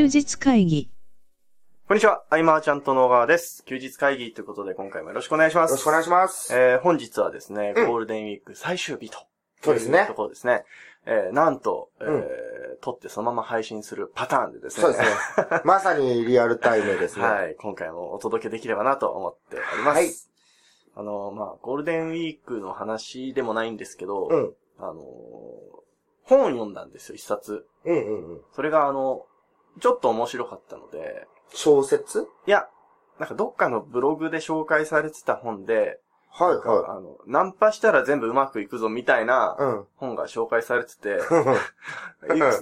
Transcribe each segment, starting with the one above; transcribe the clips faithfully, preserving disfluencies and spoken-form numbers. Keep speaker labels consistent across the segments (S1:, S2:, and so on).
S1: 日会議。
S2: こんにちは、アイマーちゃんと野川です。休日会議ということで今回もよろしくお願いします。
S3: よろしくお願いします。
S2: えー、本日はですね、うん、ゴールデンウィーク最終日と。
S3: そうですね。
S2: ところですね。えー、なんと、えー、うん、撮ってそのまま配信するパターンでですね。
S3: そうですね。まさにリアルタイムですね。
S2: はい、今回もお届けできればなと思っております。はい。あの、まあ、ゴールデンウィークの話でもないんですけど、うん、あの、本を読んだんですよ、一冊。
S3: うんうんうん。
S2: それがあの、ちょっと面白かったので。
S3: 小説？
S2: いや、なんかどっかのブログで紹介されてた本で、
S3: はいはい。
S2: あの、ナンパしたら全部うまくいくぞみたいな本が紹介されてて、うん、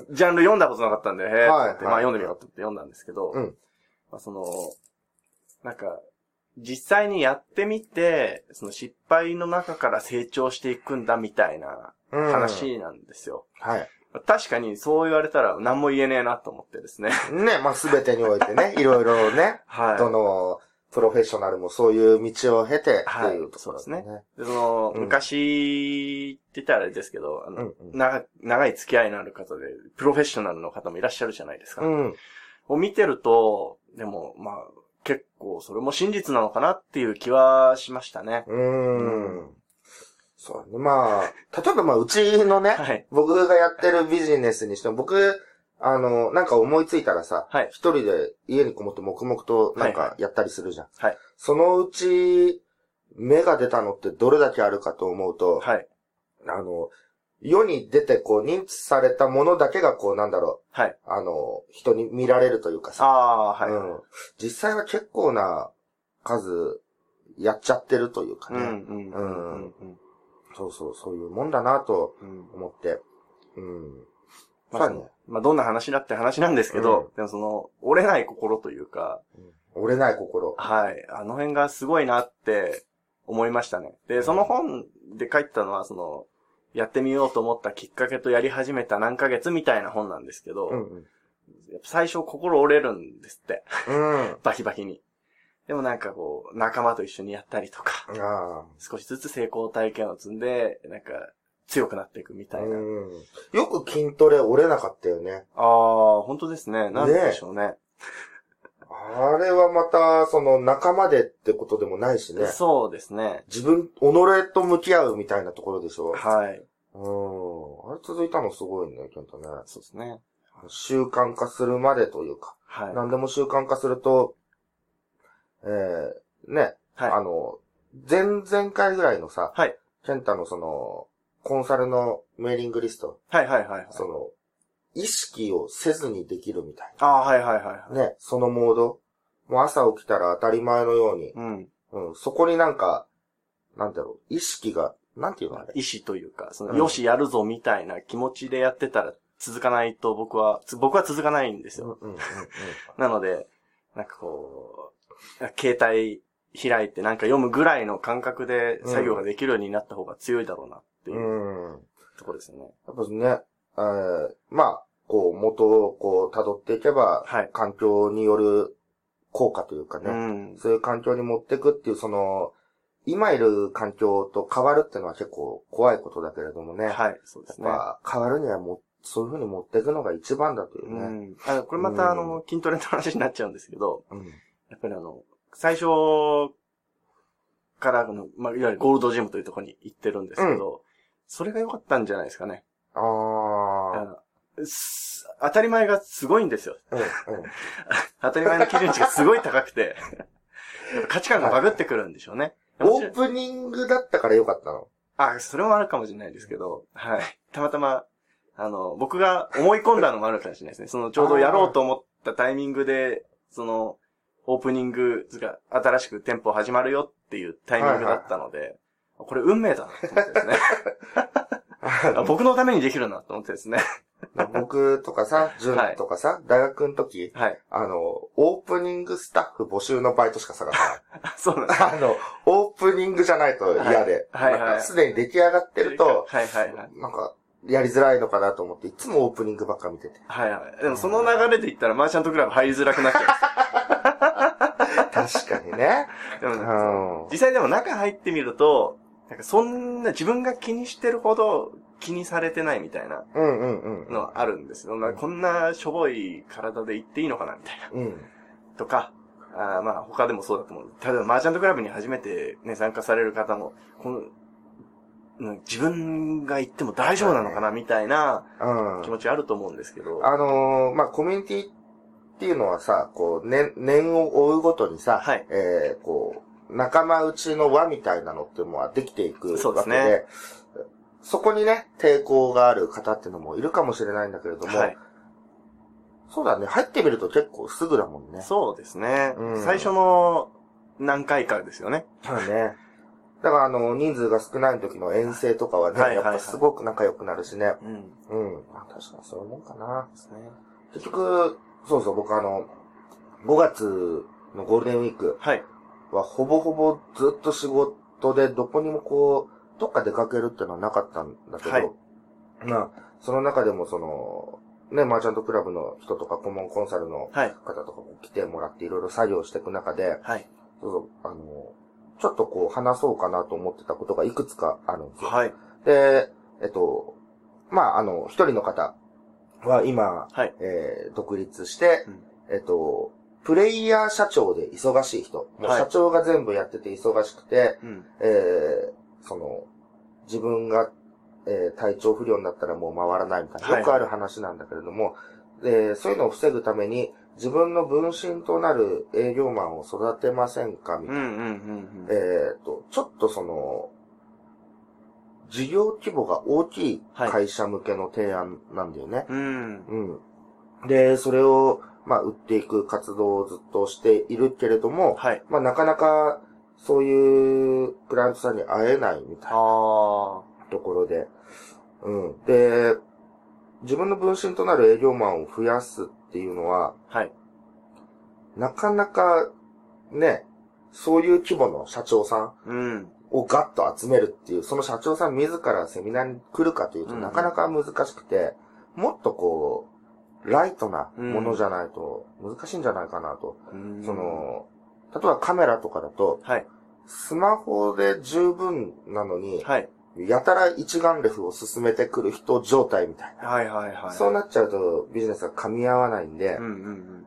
S2: ジャンル読んだことなかったんで、へーって、はいはい、まあ読んでみようって読んだんですけど、うん、まあ、その、なんか、実際にやってみて、その失敗の中から成長していくんだみたいな話なんですよ。
S3: うん、はい。
S2: 確かにそう言われたら何も言えねえなと思ってですね。
S3: ね、まあすべてにおいてね、いろいろね、はい。どのプロフェッショナルもそういう道を経てっていうところですね。はい、そうですね。で、その、うん、昔って言ったらあれですけど、あの、うんうん、長、長い付き合いのある方で、プロフェッショナルの方もいらっしゃるじゃないですか。うん。を見てると、でも、まあ、結構それも真実なのかなっていう気はしましたね。うーん。うんそうね。まあ、例えばまあ、うちのね、はい、僕がやってるビジネスにしても、僕、あの、なんか思いついたらさ、はい、一人で家にこもって黙々となんかやったりするじゃん。はいはい、そのうち、芽が出たのってどれだけあるかと思うと、はい、あの、世に出てこう認知されたものだけがこうなんだろう、はい、あの、人に見られるというかさ、
S2: あはい、うん、
S3: 実際は結構な数やっちゃってるというかね。そうそう、そういうもんだなと思って。うん。うん、
S2: まあ、ね、まあ、どんな話だって話なんですけど、うん、でもその、折れない心というか、
S3: うん、折れない心。
S2: はい。あの辺がすごいなって思いましたね。で、その本で書いてたのは、その、やってみようと思ったきっかけとやり始めた何ヶ月みたいな本なんですけど、うんうん、やっぱ最初心折れるんですって。うん、バキバキに。でもなんかこう、仲間と一緒にやったりとか、あ少しずつ成功体験を積んで、なんか強くなっていくみたいな。
S3: うんよく筋トレ折れなかったよね。
S2: ああ、本当ですね。なんでしょうね。ね
S3: あれはまた、その仲間でってことでもないしね。
S2: そうですね。
S3: 自分、己と向き合うみたいなところでしょ。はい。うん。あれ続いたのすごいね、ケンタね。
S2: そうですね。
S3: 習慣化するまでというか。はい。何でも習慣化すると、えー、ね、はい、あの、前々回ぐらいのさ、はい。ケンタのその、コンサルのメーリングリスト。
S2: はいはいはい、はい。
S3: その、意識をせずにできるみたい
S2: な。ああ、はいはいはい、はい。
S3: ね、そのモード。もう朝起きたら当たり前のように。うん。うん、そこになんか、なんだろう、意識が、なんていうのあれ
S2: 意志というか、その、うん、よしやるぞみたいな気持ちでやってたら続かないと僕は、僕は続かないんですよ。うんうんうんうん、なので、なんかこう、携帯開いてなんか読むぐらいの感覚で作業ができるようになった方が強いだろうなっていうところですよね。
S3: やっぱね、えー、まあ、こう元をこう辿っていけば、はい、環境による効果というかね、うん、そういう環境に持っていくっていうその、今いる環境と変わるっていうのは結構怖いことだけれどもね。
S2: はい、そうですね。
S3: やっぱ変わるにはもそういう風に持っていくのが一番だというね。うん、
S2: あのこれまたあの、筋トレの話になっちゃうんですけど、うんやっぱりあの、最初からの、まあ、いわゆるゴールドジムというところに行ってるんですけど、うん、それが良かったんじゃないですかね。ああ。当たり前がすごいんですよ。うんうん、当たり前の基準値がすごい高くて、やっぱ価値観がバグってくるんでしょうね。
S3: オープニングだったから良かったの？
S2: あ、それもあるかもしれないですけど、はい。たまたま、あの、僕が思い込んだのもあるかもしれないですね。その、ちょうどやろうと思ったタイミングで、その、オープニングが新しく店舗始まるよっていうタイミングだったので、はいはい、これ運命だなと思ってですね。僕のためにできるなと思ってですね。
S3: 僕とかさ、ジュンとかさ、はい、大学の時、はい、あの、オープニングスタッフ募集のバイトしか探さない。
S2: そうなんです。
S3: あの、オープニングじゃないと嫌で、はいはいはい、すでに出来上がってると、はいはいはい、なんか、やりづらいのかなと思って、いつもオープニングばっか見てて。
S2: はいはい。でもその流れで言ったら、マーチャントクラブ入りづらくなっちゃうんです。
S3: 確かにね。
S2: でもね、うん、実際でも中入ってみると、 なんかそんな自分が気にしてるほど気にされてないみたいなのはあるんですよ。うん、こんなしょぼい体で行っていいのかなみたいな。うん、とか、あまあ他でもそうだと思う。例えばマーチャントクラブに初めてね、参加される方も、この自分が行っても大丈夫なのかなみたいな気持ちあると思うんですけど。
S3: うん、あのー、まあコミュニティっていうのはさ、こう、年、年を追うごとにさ、はい、えー、こう、仲間内の輪みたいなのっていうのはできていくわけで、そうですね、そこにね、抵抗がある方っていうのもいるかもしれないんだけれども、はい、そうだね、入ってみると結構すぐだもんね。
S2: そうですね。うん、最初の何回かですよね。
S3: そうね。だからあの、人数が少ない時の遠征とかはね、はいはいはい、やっぱすごく仲良くなるしね。うん。うん。まあ確かにそういうもんかな。ですね。結局、そうそう、僕あの、ごがつのゴールデンウィークはほぼほぼずっと仕事でどこにもこう、どっか出かけるっていうのはなかったんだけど、はい、まあ、その中でもその、ね、マーチャントクラブの人とか顧問コンサルの方とかも来てもらっていろいろ作業していく中で、はい、そうそう、あの、ちょっとこう話そうかなと思ってたことがいくつかあるんですよ。はい、で、えっと、まあ、あの、一人の方は今、はい、えー、独立して、うん、えっと、プレイヤー社長で忙しい人、もう社長が全部やってて忙しくて、はい、えー、その、自分が、えー、体調不良になったらもう回らないみたいな、よくある話なんだけれども、はい、でそういうのを防ぐために、自分の分身となる営業マンを育てませんかみたいな。えっと、ちょっとその、事業規模が大きい会社向けの提案なんだよね。はい、うん。うん。で、それを、まあ、売っていく活動をずっとしているけれども、はい、まあ、なかなか、そういうクライアントさんに会えないみたいなところで、うん。で、自分の分身となる営業マンを増やすっていうのは、はい、なかなか、ね、そういう規模の社長さんをガッと集めるっていう、その社長さん自らセミナーに来るかというと、なかなか難しくて、もっとこう、ライトなものじゃないと難しいんじゃないかなと。その、例えばカメラとかだと、はい、スマホで十分なのに、はい、やたら一眼レフを進めてくる人状態みたいな。はいはいはい。そうなっちゃうとビジネスが噛み合わないんで、うんうんうん、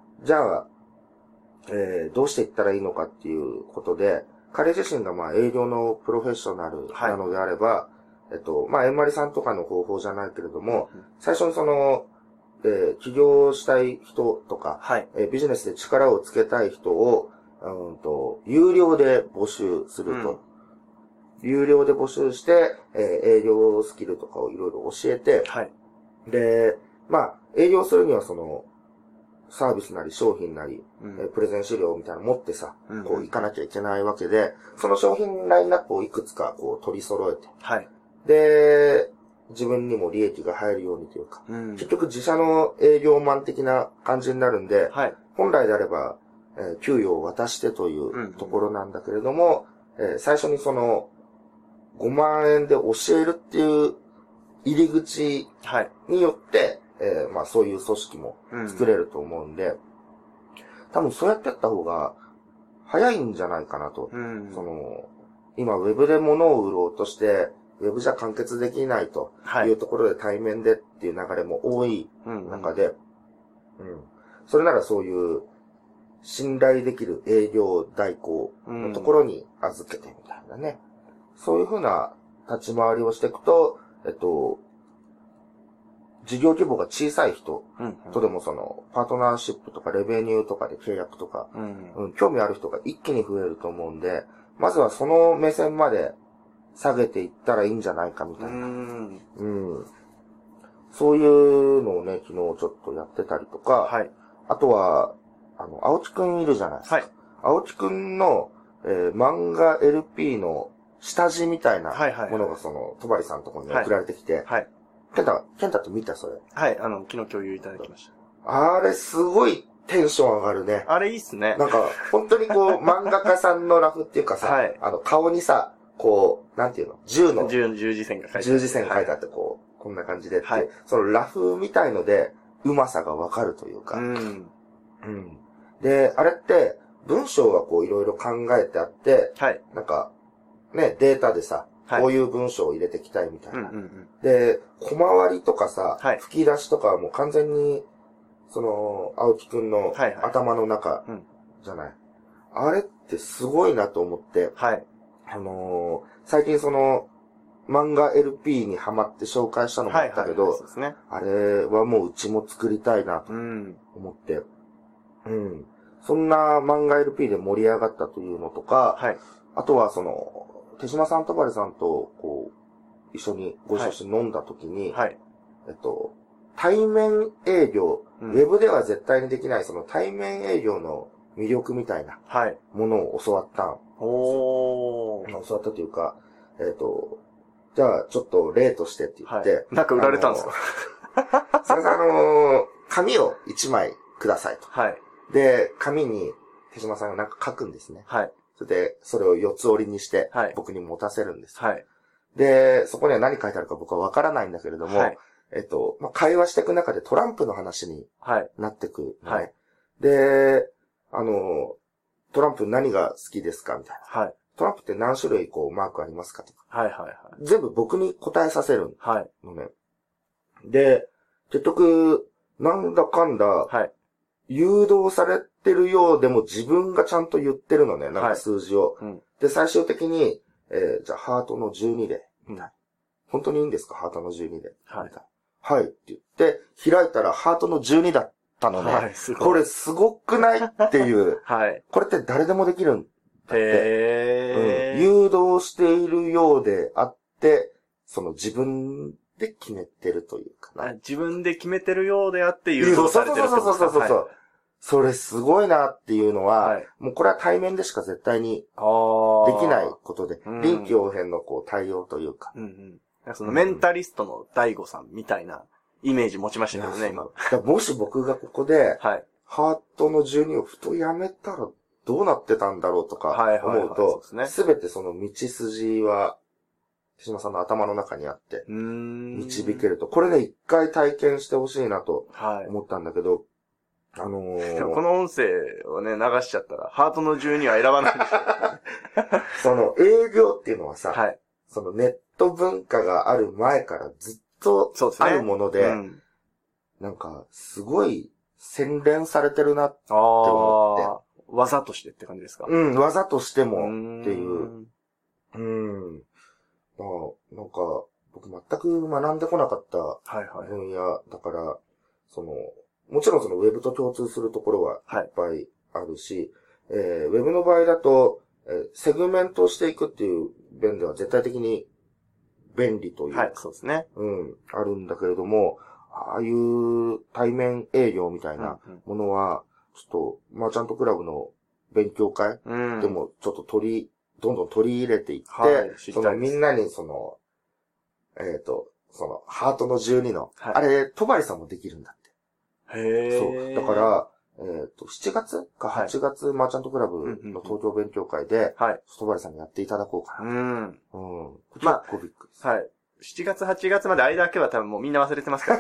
S3: じゃあ、えー、どうしていったらいいのかっていうことで、彼自身がまあ営業のプロフェッショナルなのであれば、はい、えっと、まあ、エンマリさんとかの方法じゃないけれども、うんうん、最初にその、えー、起業したい人とか、はい、えー、ビジネスで力をつけたい人を、うんと、有料で募集すると。うん、有料で募集して、えー、営業スキルとかをいろいろ教えて、はい、で、まあ、営業するにはその、サービスなり商品なり、うんえー、プレゼン資料みたいなの持ってさ、うんうん、こう行かなきゃいけないわけで、その商品ラインナップをいくつかこう取り揃えて、はい、で、自分にも利益が入るようにというか、うん、結局自社の営業マン的な感じになるんで、はい、本来であれば、えー、給与を渡してというところなんだけれども、うんうんえー、最初にその、ごまん円で教えるっていう入り口によって、はいえー、まあそういう組織も作れると思うんで、うん、多分そうやってやった方が早いんじゃないかなと。うん、その、今ウェブで物を売ろうとして、ウェブじゃ完結できないというところで対面でっていう流れも多い中で、うんうんうん、それならそういう信頼できる営業代行のところに預けてみたいなね。うん、そういうふうな立ち回りをしていくと、えっと、事業規模が小さい人とでもその、パートナーシップとかレベニューとかで契約とか、うんうん、興味ある人が一気に増えると思うんで、まずはその目線まで下げていったらいいんじゃないかみたいな。うん、うん、そういうのをね、昨日ちょっとやってたりとか、はい、あとは、あの、青木くんいるじゃないですか。はい、青木くんの、えー、漫画 エルピー の下地みたいなものがその、戸張さんのところに送られてきて、はいはいケンタ、ケンタって見たそれ。
S2: はい、あの、昨日共有いただきました。
S3: あれ、すごいテンション上がるね。
S2: あれいいっすね。
S3: なんか、本当にこう、漫画家さんのラフっていうかさ、はい、あの、顔にさ、こう、なんていうの、銃の。
S2: 十、十字線が書いてある。
S3: 十字線書いてあって、こう、はい、こんな感じでって、はい、そのラフみたいので、うまさがわかるというか。うん。うん。で、あれって、文章がこう、いろいろ考えてあって、はい。なんか、ね、データでさ、 こういう文章を入れていきたいみたいな。うんうんうん、で、小回りとかさ、はい、吹き出しとかはもう完全に、その、青木くんの頭の中じゃない。はいはいうん、あれってすごいなと思って、はい、あのー、最近その、漫画 エルピー にハマって紹介したのもあったけど、はいはいはいね、あれはもううちも作りたいなと思って、うん、うん。そんな漫画 エルピー で盛り上がったというのとか、はい、あとはその、手島さんとばれさんと、こう、一緒にご一緒して飲んだ時に、はい、えっと、対面営業、うん、ウェブでは絶対にできないその対面営業の魅力みたいなものを教わったん。おー。教わったというか、えっと、じゃあちょっと例としてって言って。はい、
S2: なんか売られたんですか
S3: それであのー、紙を一枚くださいと。はい。で、紙に手島さんがなんか書くんですね。はい。それで、それを四つ折りにして、僕に持たせるんです。はい。で、そこには何書いてあるか僕はわからないんだけれども、はい、えっと、まあ、会話していく中でトランプの話になっていく、ね。はい。で、あの、トランプ何が好きですかみたいな。はい。トランプって何種類こうマークありますかとか。はいはいはい。全部僕に答えさせるのね。はい。で、結局、なんだかんだ、はい。誘導されてるようでも自分がちゃんと言ってるのね、なんか数字を。はいうん、で、最終的に、えー、じゃあハートのじゅうにで、みたいな。本当にいいんですかハートのじゅうにで。はい。はいって言って、開いたらハートのじゅうにだったのね。はい、すごい。これすごくないっていう。はい。これって誰でもできるんだって。へー。うん。誘導しているようであって、その自分で決めてるというかな。
S2: 自分で決めてるようであって誘導されてるってことですか。そうそうそうそうそう。はい
S3: それすごいなっていうのは、はい、もうこれは対面でしか絶対にできないことで、臨機応変のこう対応というか。
S2: うんうん、そのメンタリストの大悟さんみたいなイメージ持ちましたけどね、今。
S3: もし僕がここで、はい、ハートのじゅうにをふとやめたらどうなってたんだろうとか思うと、すべてその道筋は、手島さんの頭の中にあって、導けると。これね、一回体験してほしいなと思ったんだけど、はいあのー、
S2: この音声をね、流しちゃったら、ハートのじゅうには選ばないでしょ。
S3: その営業っていうのはさ、はい、そのネット文化がある前からずっとあるもので、でねうん、なんか、すごい洗練されてるなって思って。
S2: 技としてって感じですか
S3: うん、技としてもっていう。うん。まあ、なんか、僕全く学んでこなかった分野だから、はいはい、その、もちろんそのウェブと共通するところはいっぱいあるし、はいえー、ウェブの場合だと、えー、セグメントをしていくっていう面では絶対的に便利というか、はい、そうですね。うん、あるんだけれども、ああいう対面営業みたいなものは、ちょっと、マーチャントクラブの勉強会でもちょっと取り、どんどん取り入れていって、はい、そのみんなにその、えっと、その、ハートのじゅうにの、はい、あれ、戸張さんもできるんだ。へそう。だから、えっと、しちがつかはちがつ、はい、マーチャントクラブの東京勉強会で、はい。外張さんにやっていただこうかな。うん。うん。
S2: まあ、びっくりです。はい。しちがつ、はちがつまで間だけは多分もうみんな忘れてますから、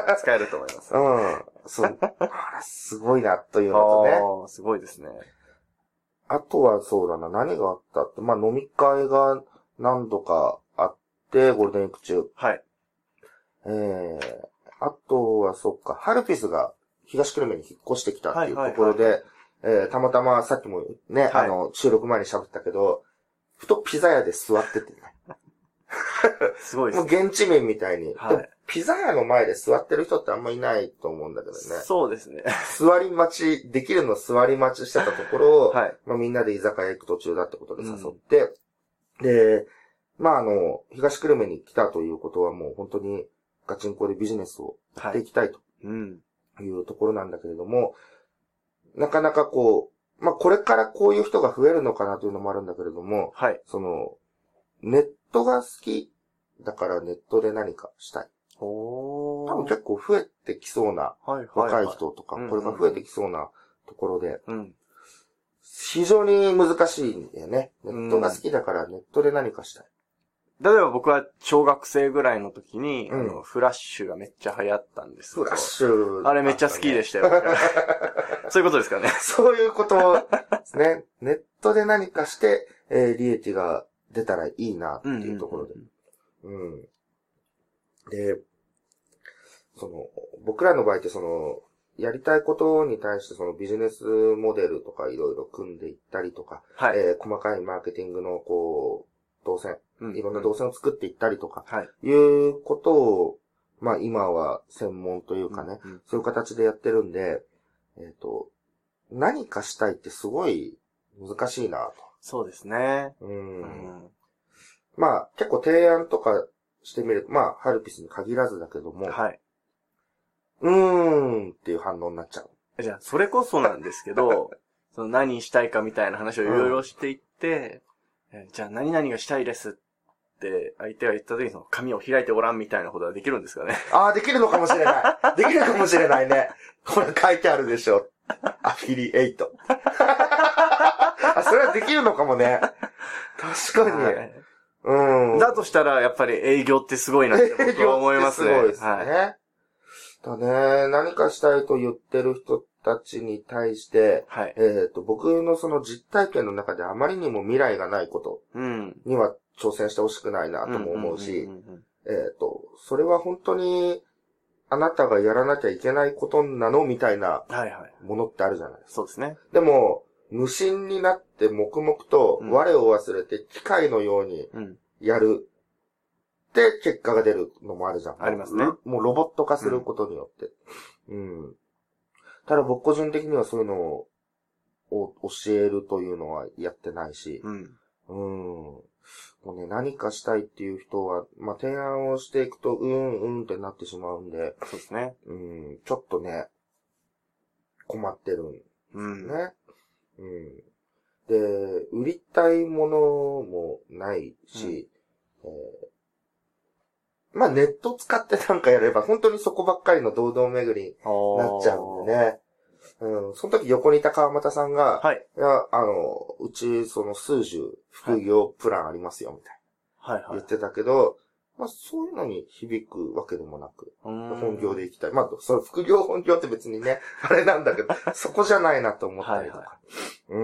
S2: ね、使えると思います。
S3: うん。そう。あら、すごいな、というのとね。
S2: ああ、すごいですね。
S3: あとはそうだな、何があったって、まあ、飲み会が何度かあって、ゴールデンウィーク中。はい。えー、あとは、そっか、ハルピスが東久留米に引っ越してきたっていうところで、はいはいはいえー、たまたまさっきもね、はい、あの、収録前に喋ったけど、ふとピザ屋で座っててね。すごいですね。もう現地面みたいに、はいで。ピザ屋の前で座ってる人ってあんまいないと思うんだけどね。
S2: そうですね。
S3: 座り待ち、できるの座り待ちしてたところを、はい、まあ、みんなで居酒屋行く途中だってことで誘って、うん、で、まああの、東久留米に来たということはもう本当にガチンコでビジネスをやっていきたいというところなんだけれども、なかなかこう、まあこれからこういう人が増えるのかなというのもあるんだけれども、はい、その、ネットが好きだからネットで何かしたい。多分結構増えてきそうな若い人とか、これが増えてきそうなところで、非常に難しいんだよね。ネットが好きだからネットで何かしたい。
S2: 例えば僕は小学生ぐらいの時に、うん、あのフラッシュがめっちゃ流行ったんですけど。
S3: フラッシュ、
S2: ね。あれめっちゃ好きでしたよ。そういうことですかね。
S3: そういうことですね。ネットで何かして、えー、利益が出たらいいなっていうところで。うん。で、その、僕らの場合ってその、やりたいことに対してそのビジネスモデルとかいろいろ組んでいったりとか、はい、えー、細かいマーケティングのこう、動線、うん、いろんな動線を作っていったりとか、はい、いうことを、まあ今は専門というかね、うんうん、そういう形でやってるんで、えっと、何かしたいってすごい難しいなと。
S2: そうですね。
S3: うん。うん、まあ結構提案とかしてみると、まあハルピスに限らずだけども、はい。うーんっていう反応になっちゃう。
S2: じゃあ、それこそなんですけど、その何したいかみたいな話をいろいろしていって、うん、じゃあ何々がしたいですって相手が言った時にその紙を開いてごらんみたいなことができるんですかね。
S3: ああ、できるのかもしれない。できるかもしれないね。これ書いてあるでしょ。アフィリエイト。あ、それはできるのかもね。確かに。はい、
S2: うん。だとしたら、やっぱり営業ってすごいなって僕は思いますね。
S3: すごいですね。はいだね、何かしたいと言ってる人たちに対して、はい、えっと、僕のその実体験の中であまりにも未来がないことには挑戦してほしくないなとも思うし、えっと、それは本当にあなたがやらなきゃいけないことなのみたいなものってあるじゃないですか。
S2: そうですね。
S3: でも、無心になって黙々と我を忘れて機械のようにやる。うんで、結果が出るのもあるじゃん。
S2: ありますね。
S3: もうロボット化することによって。うん。うん、ただ僕個人的にはそういうのを教えるというのはやってないし。うん。うん。もうね、何かしたいっていう人は、まあ、提案をしていくと、うんうんってなってしまうんで。
S2: そうですね。
S3: うん。ちょっとね、困ってるんですね。うん。うん。で、売りたいものもないし、うんえーまあネット使ってなんかやれば本当にそこばっかりの堂々巡りになっちゃうんでね。うん。その時横にいた川又さんが、はい。いや、あの、うちその数十副業プランありますよ、みたいな。はいはい。言ってたけど、まあそういうのに響くわけでもなく、本業で行きたい。まあ、その副業本業って別にね、あれなんだけど、そこじゃないなと思ったりとか。はいはい、うん。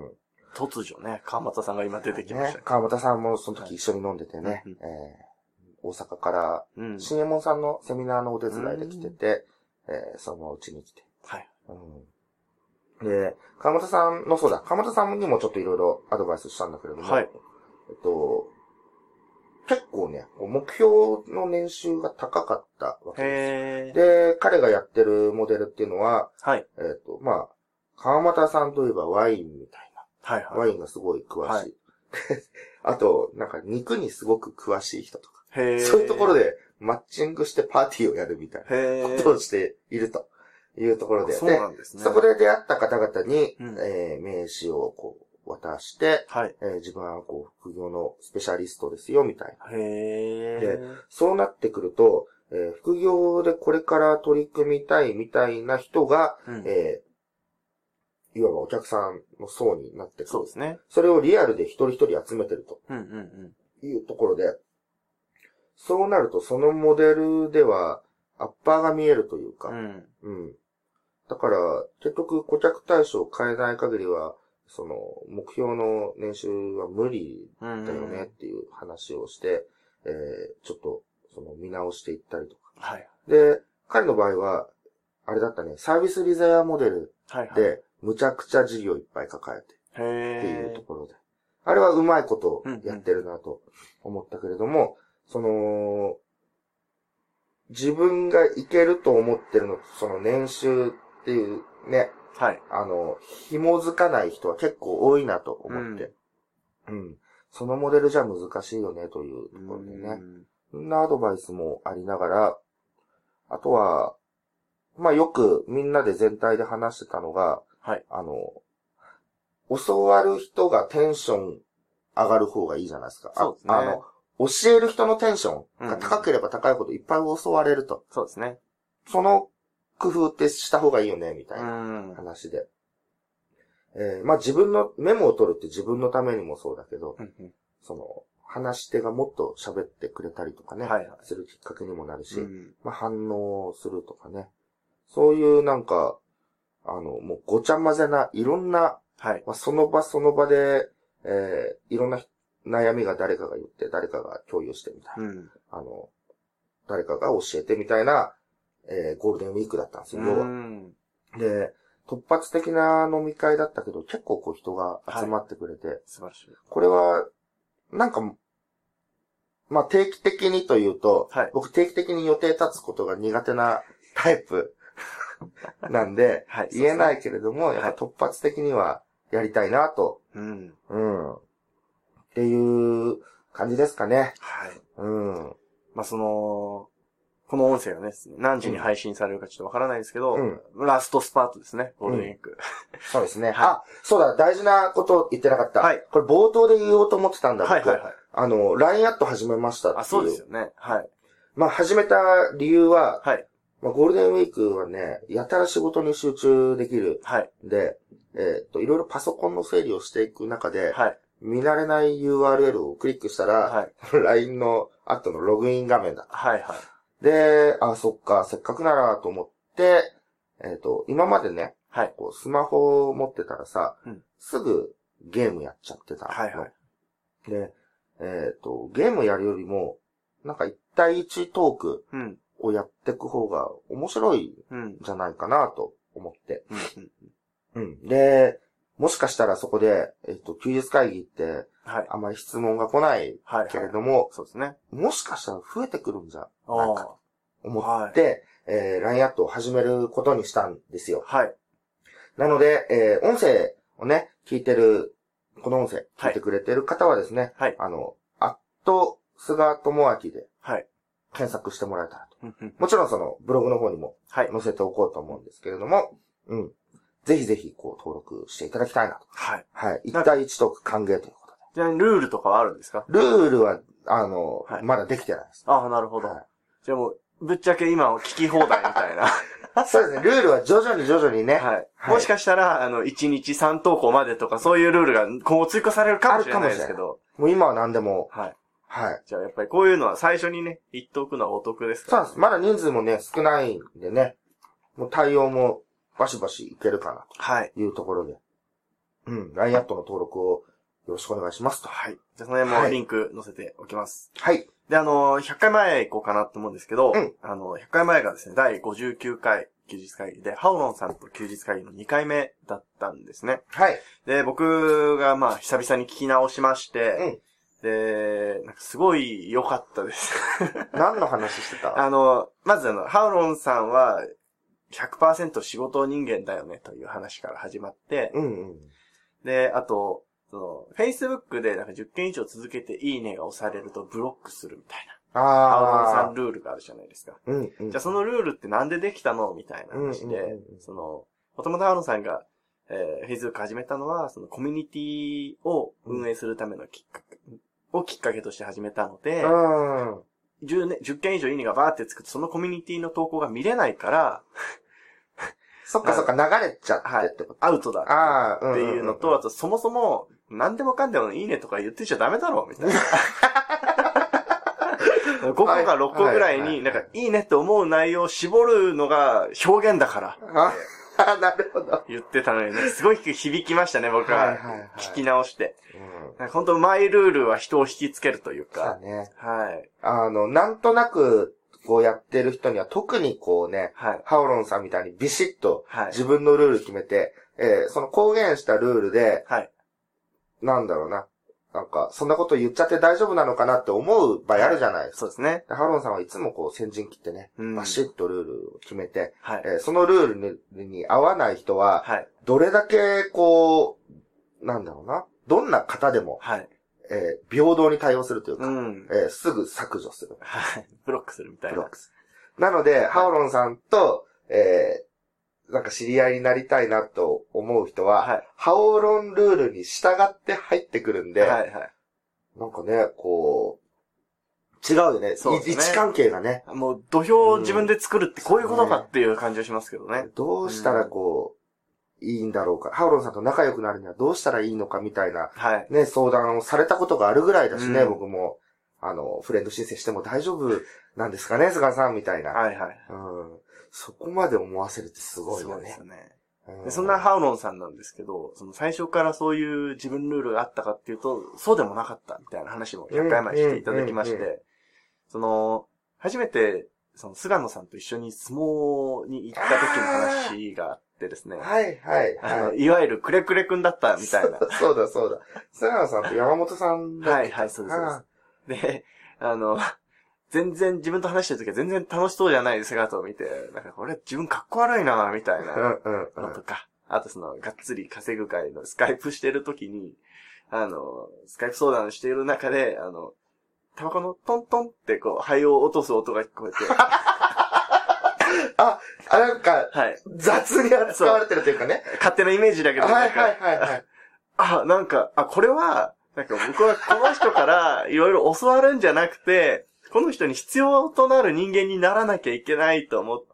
S2: 突如ね、川又さんが今出てきました、ね。
S3: 川又さんもその時一緒に飲んでてね。はい、えー大阪から、新右衛門さんのセミナーのお手伝いで来てて、うん、えー、そのうちに来て。はい。うん、で、川本さんの、そうだ、川本さんにもちょっといろいろアドバイスしたんだけれども、はい。えっと、結構ね、目標の年収が高かったわけです。で、彼がやってるモデルっていうのは、はい。えっと、まあ、川本さんといえばワインみたいな。はいはい。ワインがすごい詳しい。はい、あと、なんか肉にすごく詳しい人とか。そういうところでマッチングしてパーティーをやるみたいなことをしているというところで。
S2: そうなんですね。
S3: そこで出会った方々に、うんえー、名刺をこう渡して、はいえー、自分はこう副業のスペシャリストですよみたいな。へで、そうなってくると、えー、副業でこれから取り組みたいみたいな人が、うんえー、いわばお客さんの層になってくる。
S2: そうですね。
S3: それをリアルで一人一人集めてると。うんうんうん、いうところで、そうなると、そのモデルでは、アッパーが見えるというか、うん。うん。だから、結局、顧客対象を変えない限りは、その、目標の年収は無理だよねっていう話をして、うんうん、えー、ちょっと、その、見直していったりとか。はい。で、彼の場合は、あれだったね、サービスリザヤモデルで、はいはい、むちゃくちゃ事業いっぱい抱えて、っていうところで。あれはうまいことやってるなと思ったけれども、うんうんその、自分がいけると思ってるのと、その年収っていうね、はい。あの、紐づかない人は結構多いなと思って。うん。うん、そのモデルじゃ難しいよねというところでね。そんなアドバイスもありながら、あとは、まあよくみんなで全体で話してたのが、はい。あの、教わる人がテンション上がる方がいいじゃないですか。
S2: そうですね。
S3: あの、教える人のテンションが高ければ高いほどいっぱい教われると。
S2: そうですね。
S3: その工夫ってした方がいいよね、みたいな話で。えー、まあ自分のメモを取るって自分のためにもそうだけど、うんうん、その、話し手がもっと喋ってくれたりとかね、はいはい、するきっかけにもなるし、うん、まあ反応するとかね。そういうなんか、あの、もうごちゃ混ぜないろんな、はい、まあ、その場その場で、えー、いろんな悩みが誰かが言って、誰かが共有してみたいな。うん、あの、誰かが教えてみたいな、えー、ゴールデンウィークだったんですよ、要は。で、突発的な飲み会だったけど、結構こう人が集まってくれて。はい、
S2: 素晴らしい。
S3: これは、なんか、まあ、定期的にというと、はい、僕定期的に予定立つことが苦手なタイプなんで、はい、言えないけれども、やっぱ突発的にはやりたいなと。うん。うん。っていう感じですかね。はい。うん。
S2: まあ、その、この音声がね、何時に配信されるかちょっとわからないですけど、うん、ラストスパートですね、ゴールデンウィーク。うん、
S3: そうですね。はい、あ、そうだ、大事なこと言ってなかった。はい。これ冒頭で言おうと思ってたんだけど、はいはいはい。あの、ライン アット始めましたっていう。
S2: あ、そうですよね。はい。
S3: まあ、始めた理由は、はい。まあ、ゴールデンウィークはね、やたら仕事に集中できる。はい。で、えっと、いろいろパソコンの整理をしていく中で、はい。見慣れない ユーアールエル をクリックしたら、はい。ライン の後のログイン画面だった。はいはい。で、あ、そっか、せっかくならと思って、えっと、今までね、はい。こう、スマホを持ってたらさ、うん、すぐゲームやっちゃってたの。はいはい。で、えっと、ゲームやるよりも、なんか一対一トークをやっていく方が面白いんじゃないかなと思って。うん。うん。で、もしかしたらそこで、えっと、休日会議って、はい。あまり質問が来ないけれども、はいはい、
S2: そうですね。
S3: もしかしたら増えてくるんじゃないかと思って、はい、えー、ライン アットを始めることにしたんですよ。はい。なので、えー、音声をね、聞いてる、この音声、聞いてくれてる方はですね、はい。あの、アット、菅智明で、はい。検索してもらえたらと。もちろんその、ブログの方にも、はい。載せておこうと思うんですけれども、うん。ぜひぜひ、こう、登録していただきたいなと。はい。はい。一対一トーク歓迎ということで。
S2: ちなみにルールとかはあるんですか？
S3: ルールは、あの、はい、まだできてないです。
S2: ああ、なるほど。はい、じゃあもう、ぶっちゃけ今聞き放題みたいな。
S3: そうですね。ルールは徐々に徐々にね。はい。
S2: はい、もしかしたら、あの、いちにちさん投稿までとか、そういうルールが今後追加されるかもしれないですけど。
S3: もう今は何でも。
S2: はい。はい。じゃあやっぱりこういうのは最初にね、言っておくのはお得です
S3: から、ね。そうです。まだ人数もね、少ないんでね。もう対応もバシバシいけるかな。はい。いうところで。うん。ライン アットの登録をよろしくお願いしますと。
S2: はい。じゃあその辺もリンク載せておきます。
S3: はい。
S2: で、あの、ひゃっかいまえ行こうかなと思うんですけど、うん、あの、ひゃっかいまえがですね、だいごじゅうきゅうかい休日会議で、ハオロンさんと休日会議のにかいめだったんですね。はい。で、僕がまあ、久々に聞き直しまして、うん、で、なんかすごい良かったです。
S3: 何の話してた？
S2: あの、まずあの、ハオロンさんは ひゃくパーセント 仕事人間だよねという話から始まって、うんうん、で、あと、その、Facebook でなんかじゅっけん以上続けていいねが押されるとブロックするみたいな。ああ。ハオロンさんルールがあるじゃないですか。うんうん、じゃあそのルールってなんでできたのみたいな話で、うんうんうん、その、もともとハオロンさんが、えー、Facebook 始めたのは、そのコミュニティを運営するためのきっかけ、うん、をきっかけとして始めたので、うん、10, ね、じゅっけん以上いいねがバーってつくと、そのコミュニティの投稿が見れないから、
S3: そっかそっか、流れちゃってってこと、
S2: はい、アウトだっていうのと、あとそもそも、何でもかんでもいいねとか言ってちゃダメだろうみたいな。ごこかろっこぐらいに、なんかいいねって思う内容を絞るのが表現だから。
S3: あ、なるほど。
S2: 言ってたのにね、すごい響きましたね、僕は。聞き直して。うん、本当マイルールは人を引きつけるというか。そうね。
S3: はい。あの、なんとなく、こうやってる人には特にこうね、はい、ハオロンさんみたいにビシッと自分のルール決めて、はい、えー、その公言したルールで、はい、なんだろうな。なんか、そんなこと言っちゃって大丈夫なのかなって思う場合あるじゃないですか。
S2: そうですね。
S3: ハオロンさんはいつもこう先陣切ってね、うん、バシッとルールを決めて、はい、えー、そのルールに、に合わない人は、はい、どれだけこう、なんだろうな。どんな方でも、はい、えー、平等に対応するというか、うん、えー、すぐ削除する。
S2: はい。ブロックするみたいな。ブロックす
S3: る。なので、はい、ハオロンさんと、えー、なんか知り合いになりたいなと思う人は、はい、ハオロンルールに従って入ってくるんで、はいはい、なんかね、こう、違うよね。そうですね。位置関係がね。
S2: もう土俵を自分で作るってこういうことかっていう感じがしますけどね。
S3: うん、どうしたらこう、いいんだろうか。ハオロンさんと仲良くなるにはどうしたらいいのかみたいな、はい、ね、相談をされたことがあるぐらいだしね、うん、僕も。あの、フレンド申請しても大丈夫なんですかね、菅さんみたいな。はいはい。うん。そこまで思わせるってすごいよね。すごいですよね。
S2: でそんなハウロンさんなんですけど、その最初からそういう自分ルールがあったかっていうと、そうでもなかったみたいな話もひゃっかいまえしていただきまして、その、初めて、その菅野さんと一緒に相撲に行った時の話があってですね。
S3: はいはい、はい。
S2: あの、いわゆるくれくれくんだったみたいな。
S3: そうだそうだ。菅野さんと山本さんだった。
S2: はいはい、そうですそうです。で、あの、全然自分と話してる時は全然楽しそうじゃない姿を見て、なんかこれ自分かっこ悪いなみたいなのとか、あとそのがっつり稼ぐ会のスカイプしてる時に、あの、スカイプ相談している中で、あの、タバコのトントンってこう灰を落とす音が聞こえて、
S3: あ、あ、なんか、はい、雑に扱われてるというかね。
S2: 勝手なイメージだけど、
S3: はいはいはいはい。
S2: あ、なんか、あ、これは、なんか僕はこの人からいろいろ教わるんじゃなくて、この人に必要となる人間にならなきゃいけないと思って、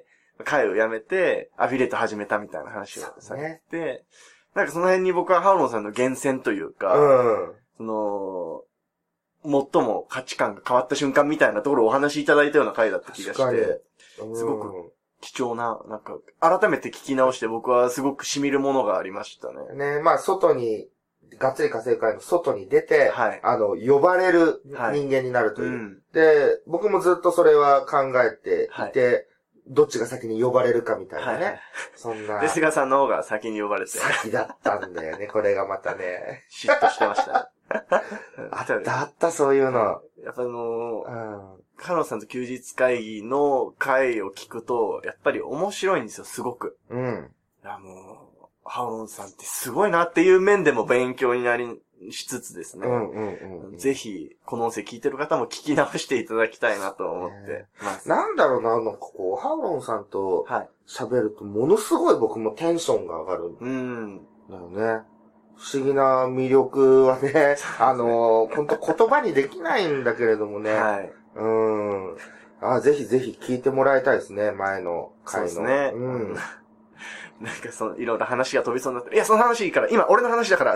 S2: 会を辞めて、アフィリエイト始めたみたいな話をされて、ね、なんかその辺に僕はハウロンさんの厳選というか、うん、その、最も価値観が変わった瞬間みたいなところをお話しいただいたような回だった気がして、すごく貴重な、なんか、改めて聞き直して僕はすごく染みるものがありましたね。
S3: ね、まあ外に、がっつり稼ぐ会の外に出て、はい、あの、呼ばれる人間になるという、はいうん。で、僕もずっとそれは考えていて、はい、どっちが先に呼ばれるかみたいなね。はい、そんな。
S2: で、菅さんの方が先に呼ばれて。
S3: 先だったんだよね、これがまたね。
S2: 嫉妬してました。
S3: あったあった、そういうの。
S2: やっぱあのー、うん、カノさんと休日会議の会を聞くと、やっぱり面白いんですよ、すごく。うん。いや、もう、ハウロンさんってすごいなっていう面でも勉強になりしつつですね。うんうんうんうん、ぜひ、この音声聞いてる方も聞き直していただきたいなと思ってます。
S3: なんだろうな、なんかこう、ハウロンさんと喋るとものすごい僕もテンションが上がる。うん。だよね。不思議な魅力はね、ねあの、本当言葉にできないんだけれどもね。はい。うん。あ、ぜひぜひ聞いてもらいたいですね、前の回の。そうですね。うん。
S2: なんかその、いろいろ話が飛びそうになって、いや、その話いいから、今俺の話だから。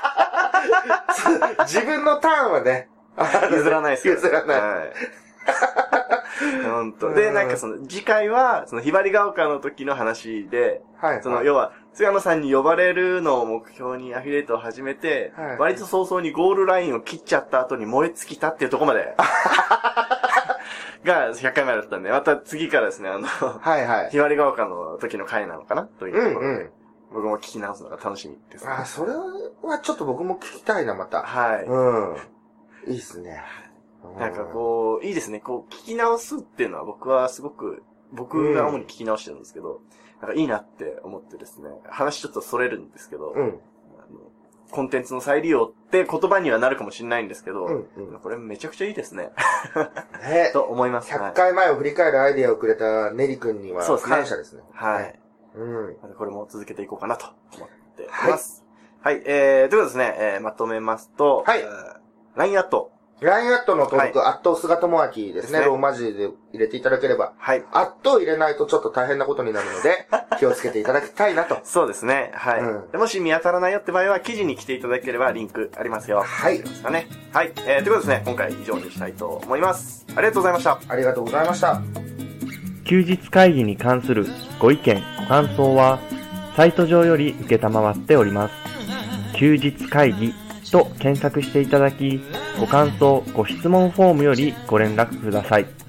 S3: 自分のターンはね、
S2: 譲らないです
S3: よ、ね。譲らない。はい。
S2: 本当。で、なんかその、次回は、その、ひばりが丘の時の話で、はい、はい。その、要は、菅野さんに呼ばれるのを目標にアフィリエイトを始めて、はい、割と早々にゴールラインを切っちゃった後に燃え尽きたっていうところまで、がひゃっかいまえだったんで、また次からですね、あの、はいはい。ひばりが丘の時の回なのかなというところで、うんうん、僕も聞き直すのが楽しみです、ね。
S3: あ、それはちょっと僕も聞きたいな、また。はい。うん。いいっすね。
S2: なんかこう、いいですね。こう、聞き直すっていうのは僕はすごく、僕が主に聞き直してるんですけど、うん、なんかいいなって思ってですね、話ちょっとそれるんですけど、うん、あのコンテンツの再利用って言葉にはなるかもしれないんですけど、うんうん、これめちゃくちゃいいですね。ねと思います。
S3: ひゃっかいまえを振り返るアイディアをくれたネリ君には感謝ですね。
S2: はい。うん。これも続けていこうかなと思っています。はい。はい、えー、ということですね、えー、まとめますと、はい。ライン アット。
S3: ライン アットの登録、はい、アット菅智明ですね。ローマ字で入れていただければ。はい。アットを入れないとちょっと大変なことになるので、気をつけていただきたいなと。
S2: そうですね。はい、うんで。もし見当たらないよって場合は、記事に来ていただければリンクありますよ。はい。ですかね。はい。えー、ということですね、今回以上にしたいと思います。ありがとうございました。
S3: ありがとうございました。
S1: 休日会議に関するご意見、ご感想は、サイト上より受けたまわっております。休日会議と検索していただき、ご感想、ご質問フォームよりご連絡ください。